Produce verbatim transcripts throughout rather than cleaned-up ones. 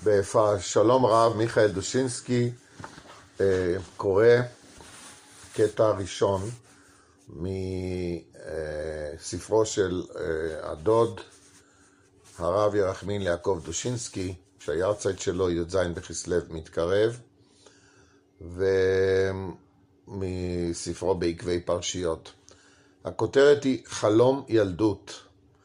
בשלום רב, מיכאל דושינסקי קורא קטע ראשון מספרו של הדוד הרב ירחמין יעקב דושינסקי, שהיארצייט שלו י"ז בכסלו מתקרב, ומספרו בעקבי פרשיות. הכותרת היא חלום ילדות,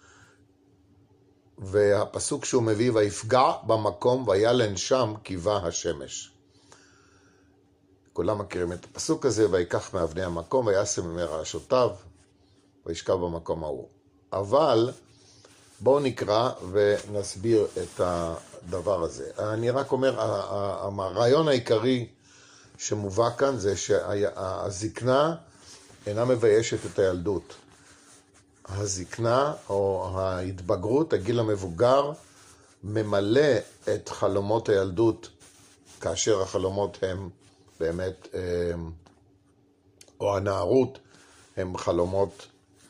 והפסוק שהוא מביא, ויפגע במקום וילן שם קיבה השמש. כולם מכירים את הפסוק הזה, ויקח מאבני המקום וישם מרעשותיו וישכב במקום ההוא. אבל בואו נקרא ונסביר את הדבר הזה. אני רק אומר, הרעיון העיקרי שמובא כאן זה שהזקנה אינה מביישת את הילדות. הזקנה או ההתבגרות, הגיל המבוגר, ממלא את חלומות הילדות, כאשר החלומות הם באמת, או הנערות, הם חלומות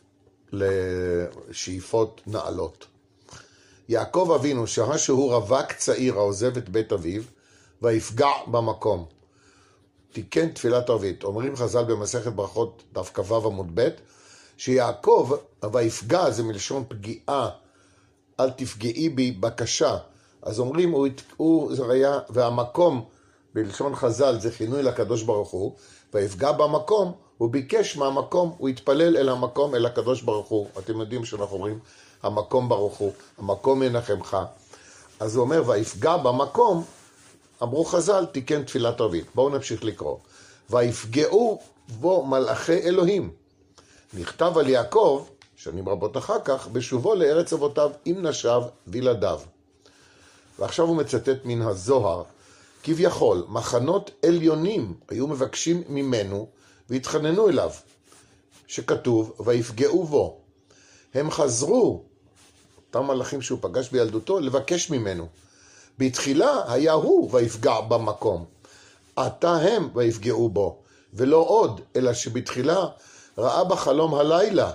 לשאיפות נעלות. יעקב אבינו, שעה שהוא רווק צעיר העוזב את בית אביו, ויפגע במקום. תיקן תפילת ערבית. אומרים חז"ל במסכת ברכות דף כ"ו עמוד ב', שיעקב, ויפגע זה מלשון פגיעה, אל תפגעי בי בקשה. אז אומרים, הוא, הוא זה היה, והמקום בלשון חז"ל זה חינוי לקדוש ברוך הוא, ויפגע במקום, הוא ביקש מהמקום, הוא התפלל אל המקום, אל הקדוש ברוך הוא. אתם יודעים שאנחנו אומרים, המקום ברוך הוא, המקום ינחמך. אז הוא אומר, ויפגע במקום, אמרו חז"ל, תיקן תפילת ערבית. בואו נמשיך לקרוא. ויפגעו בו מלאכי אלוהים. נכתב על יעקב, שנים רבות אחר כך, בשובו לארץ אבותיו עם נשיו וילדיו. ועכשיו הוא מצטט מן הזוהר, כביכול מחנות עליונים היו מבקשים ממנו והתחננו אליו, שכתוב ויפגעו בו. הם חזרו, אותם מלאכים שהוא פגש בילדותו, לבקש ממנו. בתחילה היה הוא ויפגע במקום, עתה הם ויפגעו בו, ולא עוד, אלא שבתחילה ראה בחלום הלילה,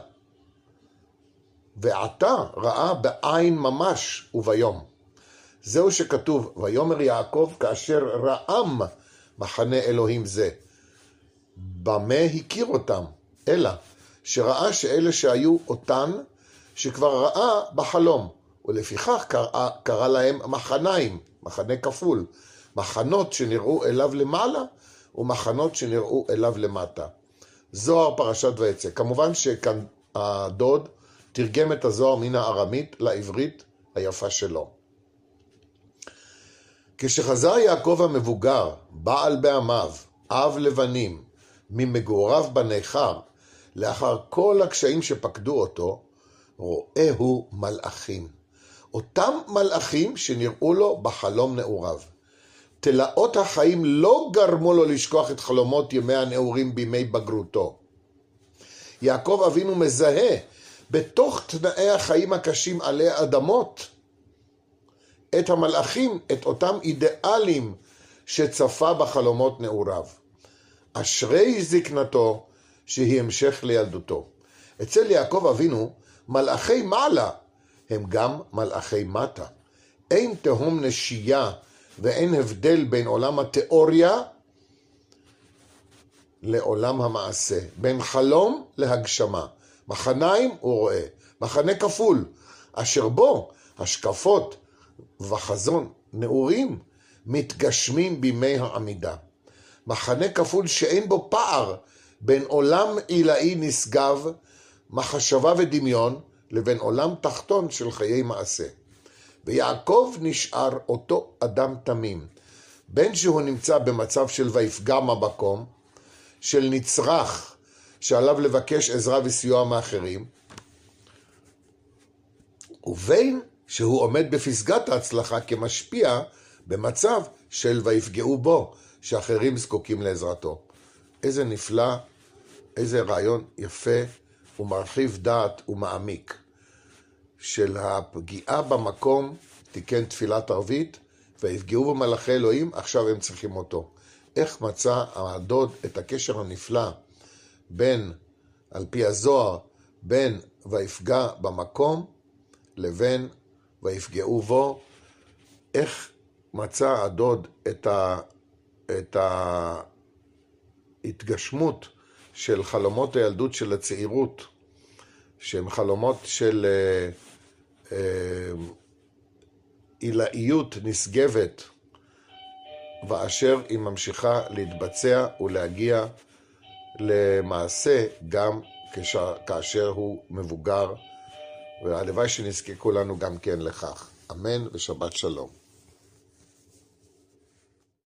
ועתה ראה בעין ממש וביום. זהו שכתוב, ויאמר יעקב כאשר רעם מחנה אלוהים זה. במה הכיר אותם? אלא שראה שאלה שהיו אותן, שכבר ראה בחלום, ולפיכך קרא, קרא להם מחניים, מחנה כפול, מחנות שנראו אליו למעלה, ומחנות שנראו אליו למטה. זוהר פרשת ויצא. כמובן שכאן הדוד תרגם את הזוהר מן הארמית לעברית היפה שלו. כשחזר יעקב המבוגר, בעל בעמיו, אב לבנים, ממגוריו בניכר, לאחר כל הקשיים שפקדו אותו, רואהו מלאכים. אותם מלאכים שנראו לו בחלום נעוריו. תלאות החיים לא גרמו לו לשכוח את חלומות ימי הנעורים בימי בגרותו. יעקב אבינו מזהה בתוך תנאי החיים הקשים עלי אדמות את המלאכים, את אותם אידיאלים שצפה בחלומות נעוריו. אשרי זקנתו שהיא המשך לילדותו. אצל יעקב אבינו מלאכי מעלה הם גם מלאכי מטה. אין תהום נשייה ואין הבדל בין עולם התיאוריה לעולם המעשה, בין חלום להגשמה. מחניים הוא רואה, מחנה כפול, אשר בו השקפות וחזון נעורים מתגשמים בימי העמידה. מחנה כפול שאין בו פער בין עולם עילאי נשגב, מחשבה ודמיון, לבין עולם תחתון של חיי מעשה. ויעקב נשאר אותו אדם תמים, בין שהוא נמצא במצב של ויפגע במקום, של נצרך, שעליו לבקש עזרה וסיוע מאחרים, ובין שהוא עומד בפסגת ההצלחה כמשפיע במצב של ויפגעו בו, שאחרים זקוקים לעזרתו. איזה נפלא, איזה רעיון יפה ומרחיב דעת ומעמיק. של הפגיעה במקום, תיקן תפילת ערבית, ויפגעו במלאכי אלוהים, עכשיו הם צריכים אותו. איך מצא הדוד את הקשר הנפלא בין, על פי הזוהר, בין ויפגע במקום לבין ויפגעו בו, איך מצא הדוד את, ה, את ההתגשמות של חלומות הילדות של הצעירות, שהם חלומות של עילאיות נשגבת, ואשר היא ממשיכה להתבצע ולהגיע למעשה גם כאשר הוא מבוגר, והלוואי שנזכה כולנו גם כן לכך. אמן ושבת שלום.